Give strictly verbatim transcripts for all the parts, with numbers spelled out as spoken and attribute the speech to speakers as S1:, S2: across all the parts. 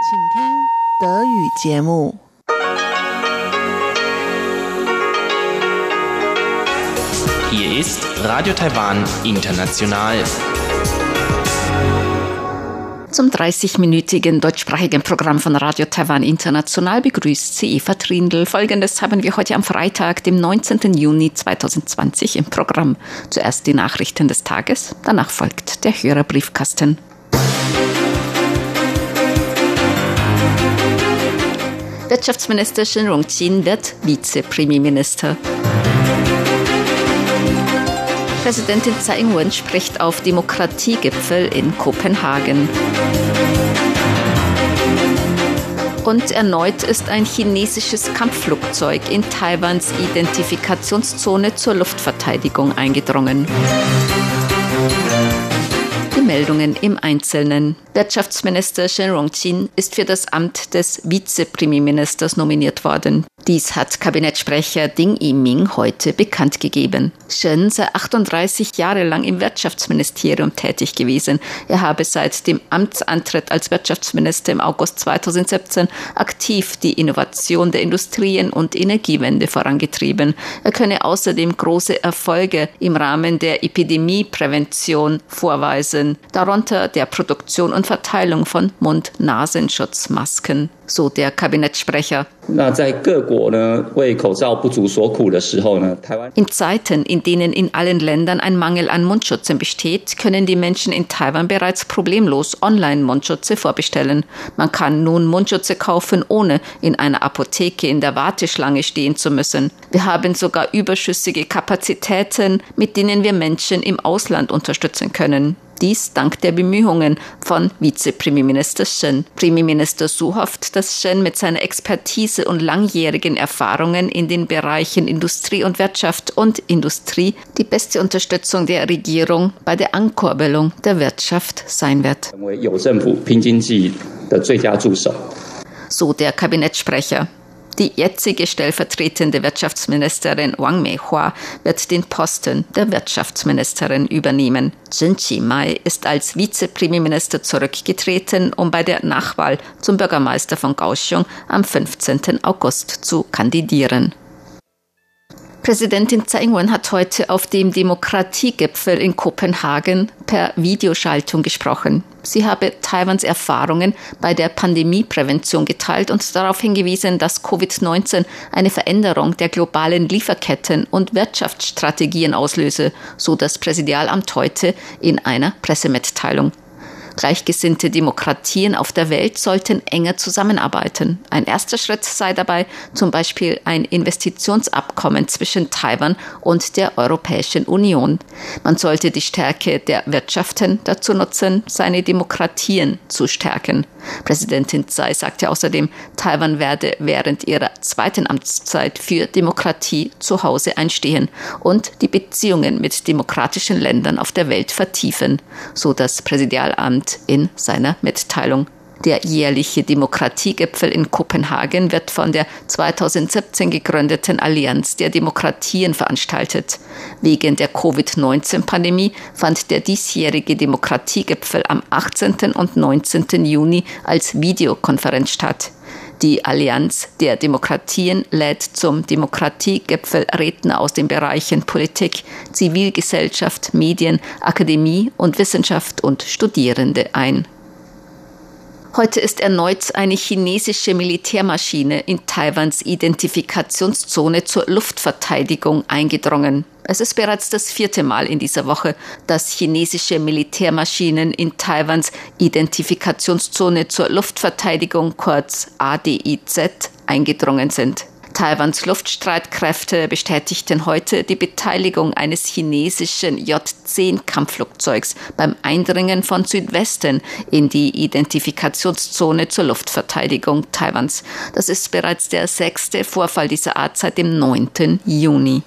S1: Hier ist Radio Taiwan International.
S2: Zum dreißigminütigen deutschsprachigen Programm von Radio Taiwan International begrüßt sie Eva Trindl. Folgendes haben wir heute am Freitag, dem neunzehnten Juni zweitausendzwanzig im Programm. Zuerst die Nachrichten des Tages, danach folgt der Hörerbriefkasten. Wirtschaftsminister Shen Rongqin wird Vizepremierminister. Präsidentin Tsai Ing-wen spricht auf Demokratiegipfel in Kopenhagen. Und erneut ist ein chinesisches Kampfflugzeug in Taiwans Identifikationszone zur Luftverteidigung eingedrungen. Die Meldungen im Einzelnen. Wirtschaftsminister Shen Rongqin ist für das Amt des Vizepremierministers nominiert worden. Dies hat Kabinettssprecher Ding Yiming heute bekannt gegeben. Shen sei achtunddreißig Jahre lang im Wirtschaftsministerium tätig gewesen. Er habe seit dem Amtsantritt als Wirtschaftsminister im August zweitausendsiebzehn aktiv die Innovation der Industrien- und Energiewende vorangetrieben. Er könne außerdem große Erfolge im Rahmen der Epidemieprävention vorweisen, darunter der Produktion und Verteilung von Mund-Nasenschutzmasken, so der Kabinettssprecher. In Zeiten, in denen in allen Ländern ein Mangel an Mundschützen besteht, können die Menschen in Taiwan bereits problemlos Online-Mundschütze vorbestellen. Man kann nun Mundschütze kaufen, ohne in einer Apotheke in der Warteschlange stehen zu müssen. Wir haben sogar überschüssige Kapazitäten, mit denen wir Menschen im Ausland unterstützen können. Dies dank der Bemühungen von Vizepremierminister Shen. Premierminister Su hofft, dass Shen mit seiner Expertise und langjährigen Erfahrungen in den Bereichen Industrie und Wirtschaft und Industrie die beste Unterstützung der Regierung bei der Ankurbelung der Wirtschaft sein wird. So der Kabinettssprecher. Die jetzige stellvertretende Wirtschaftsministerin Wang Mei-hua wird den Posten der Wirtschaftsministerin übernehmen. Chen Chi-mai ist als Vizepremierminister zurückgetreten, um bei der Nachwahl zum Bürgermeister von Kaohsiung am fünfzehnten August zu kandidieren. Präsidentin Tsai Ing-wen hat heute auf dem Demokratiegipfel in Kopenhagen per Videoschaltung gesprochen. Sie habe Taiwans Erfahrungen bei der Pandemieprävention geteilt und darauf hingewiesen, dass Covid neunzehn eine Veränderung der globalen Lieferketten und Wirtschaftsstrategien auslöse, so das Präsidialamt heute in einer Pressemitteilung. Gleichgesinnte Demokratien auf der Welt sollten enger zusammenarbeiten. Ein erster Schritt sei dabei zum Beispiel ein Investitionsabkommen zwischen Taiwan und der Europäischen Union. Man sollte die Stärke der Wirtschaften dazu nutzen, seine Demokratien zu stärken. Präsidentin Tsai sagte außerdem, Taiwan werde während ihrer zweiten Amtszeit für Demokratie zu Hause einstehen und die Beziehungen mit demokratischen Ländern auf der Welt vertiefen, so das Präsidialamt in seiner Mitteilung. Der jährliche Demokratiegipfel in Kopenhagen wird von der zweitausendsiebzehn gegründeten Allianz der Demokratien veranstaltet. Wegen der Covid neunzehn Pandemie fand der diesjährige Demokratiegipfel am achtzehnten und neunzehnten Juni als Videokonferenz statt. Die Allianz der Demokratien lädt zum Demokratiegipfel Redner aus den Bereichen Politik, Zivilgesellschaft, Medien, Akademie und Wissenschaft und Studierende ein. Heute ist erneut eine chinesische Militärmaschine in Taiwans Identifikationszone zur Luftverteidigung eingedrungen. Es ist bereits das vierte Mal in dieser Woche, dass chinesische Militärmaschinen in Taiwans Identifikationszone zur Luftverteidigung, kurz A D I Z, eingedrungen sind. Taiwans Luftstreitkräfte bestätigten heute die Beteiligung eines chinesischen J zehn Kampfflugzeugs beim Eindringen von Südwesten in die Identifikationszone zur Luftverteidigung Taiwans. Das ist bereits der sechste Vorfall dieser Art seit dem neunten Juni.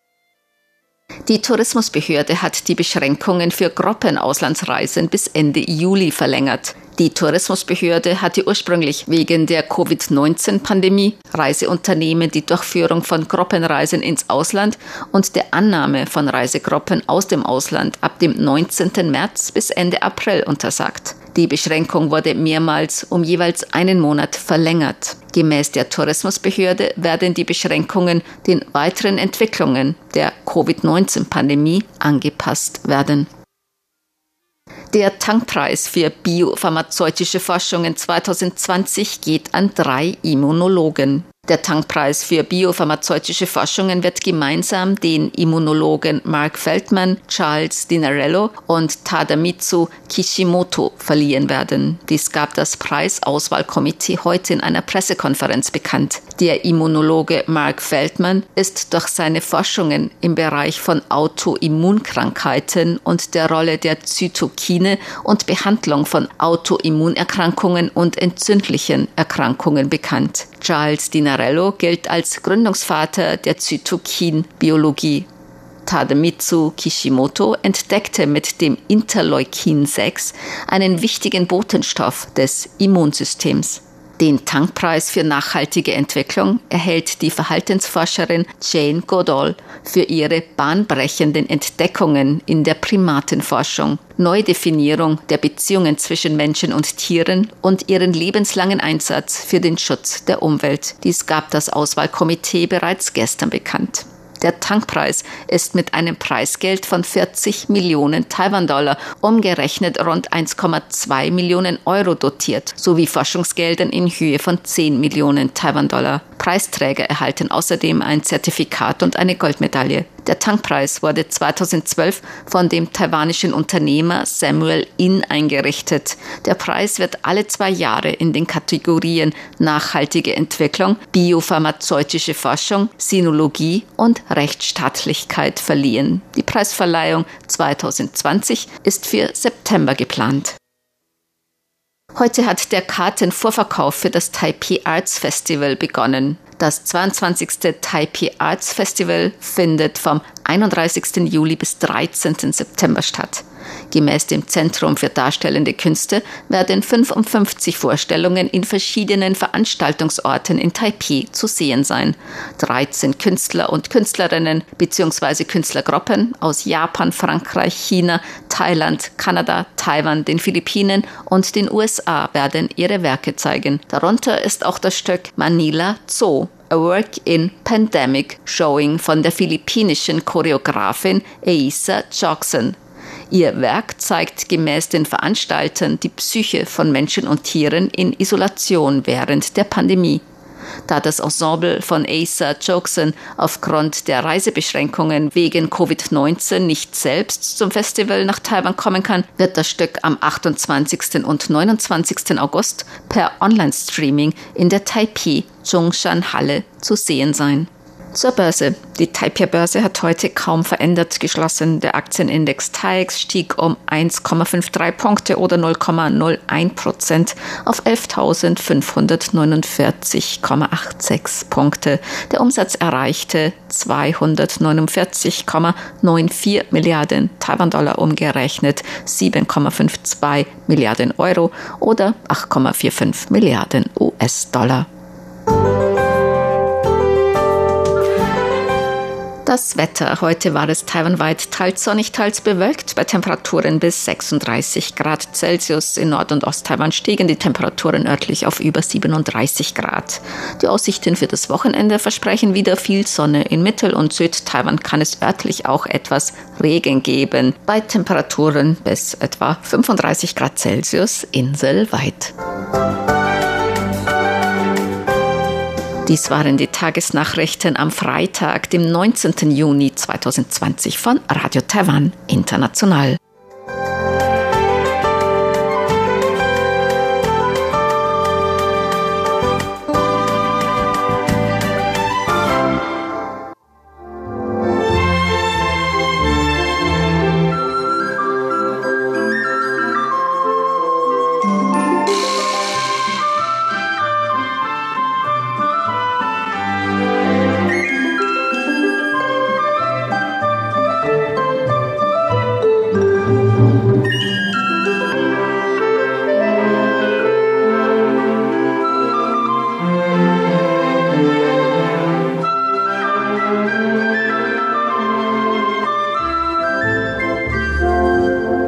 S2: Die Tourismusbehörde hat die Beschränkungen für Gruppenauslandsreisen bis Ende Juli verlängert. Die Tourismusbehörde hatte ursprünglich wegen der Covid neunzehn Pandemie Reiseunternehmen die Durchführung von Gruppenreisen ins Ausland und der Annahme von Reisegruppen aus dem Ausland ab dem neunzehnten März bis Ende April untersagt. Die Beschränkung wurde mehrmals um jeweils einen Monat verlängert. Gemäß der Tourismusbehörde werden die Beschränkungen den weiteren Entwicklungen der Covid neunzehn Pandemie angepasst werden. Der Tankpreis für biopharmazeutische Forschungen zwanzig zwanzig geht an drei Immunologen. Der Tankpreis für biopharmazeutische Forschungen wird gemeinsam den Immunologen Mark Feldman, Charles DiNarello und Tadamitsu Kishimoto verliehen werden. Dies gab das Preisauswahlkomitee heute in einer Pressekonferenz bekannt. Der Immunologe Mark Feldman ist durch seine Forschungen im Bereich von Autoimmunkrankheiten und der Rolle der Zytokine und Behandlung von Autoimmunerkrankungen und entzündlichen Erkrankungen bekannt. Charles DiNarello gilt als Gründungsvater der Zytokinbiologie. Tadamitsu Kishimoto entdeckte mit dem Interleukin sechs einen wichtigen Botenstoff des Immunsystems. Den Tankpreis für nachhaltige Entwicklung erhält die Verhaltensforscherin Jane Goodall für ihre bahnbrechenden Entdeckungen in der Primatenforschung, Neudefinierung der Beziehungen zwischen Menschen und Tieren und ihren lebenslangen Einsatz für den Schutz der Umwelt. Dies gab das Auswahlkomitee bereits gestern bekannt. Der Tankpreis ist mit einem Preisgeld von vierzig Millionen Taiwan-Dollar, umgerechnet rund eins Komma zwei Millionen Euro dotiert, sowie Forschungsgeldern in Höhe von zehn Millionen Taiwan-Dollar. Preisträger erhalten außerdem ein Zertifikat und eine Goldmedaille. Der Tankpreis wurde zweitausendzwölf von dem taiwanischen Unternehmer Samuel In eingerichtet. Der Preis wird alle zwei Jahre in den Kategorien nachhaltige Entwicklung, biopharmazeutische Forschung, Sinologie und Rechtsstaatlichkeit verliehen. Die Preisverleihung zweitausendzwanzig ist für September geplant. Heute hat der Kartenvorverkauf für das Taipei Arts Festival begonnen. Das zweiundzwanzigste Taipei Arts Festival findet vom einunddreißigsten Juli bis dreizehnten September statt. Gemäß dem Zentrum für Darstellende Künste werden fünfundfünfzig Vorstellungen in verschiedenen Veranstaltungsorten in Taipei zu sehen sein. dreizehn Künstler und Künstlerinnen bzw. Künstlergruppen aus Japan, Frankreich, China, Thailand, Kanada, Taiwan, den Philippinen und den U S A werden ihre Werke zeigen. Darunter ist auch das Stück Manila Zoo, A Work in Pandemic Showing von der philippinischen Choreografin Eisa Jackson. Ihr Werk zeigt gemäß den Veranstaltern die Psyche von Menschen und Tieren in Isolation während der Pandemie. Da das Ensemble von Eisa Jackson aufgrund der Reisebeschränkungen wegen Covid neunzehn nicht selbst zum Festival nach Taiwan kommen kann, wird das Stück am achtundzwanzigsten und neunundzwanzigsten August per Online-Streaming in der Taipei Zhongshan Halle zu sehen sein. Zur Börse. Die Taipei-Börse hat heute kaum verändert geschlossen. Der Aktienindex T A I X stieg um eins Komma dreiundfünfzig Punkte oder null Komma null eins Prozent auf elftausendfünfhundertneunundvierzig Komma sechsundachtzig Punkte. Der Umsatz erreichte zweihundertneunundvierzig Komma vierundneunzig Milliarden Taiwan-Dollar, umgerechnet sieben Komma zweiundfünfzig Milliarden Euro oder acht Komma fünfundvierzig Milliarden U S-Dollar. Das Wetter. Heute war es taiwanweit teils sonnig, teils bewölkt, bei Temperaturen bis sechsunddreißig Grad Celsius. In Nord- und Osttaiwan stiegen die Temperaturen örtlich auf über siebenunddreißig Grad. Die Aussichten für das Wochenende versprechen wieder viel Sonne. In Mittel- und Südtaiwan kann es örtlich auch etwas Regen geben, bei Temperaturen bis etwa fünfunddreißig Grad Celsius inselweit. Dies waren die Tagesnachrichten am Freitag, dem neunzehnten Juni zweitausendzwanzig von Radio Taiwan International.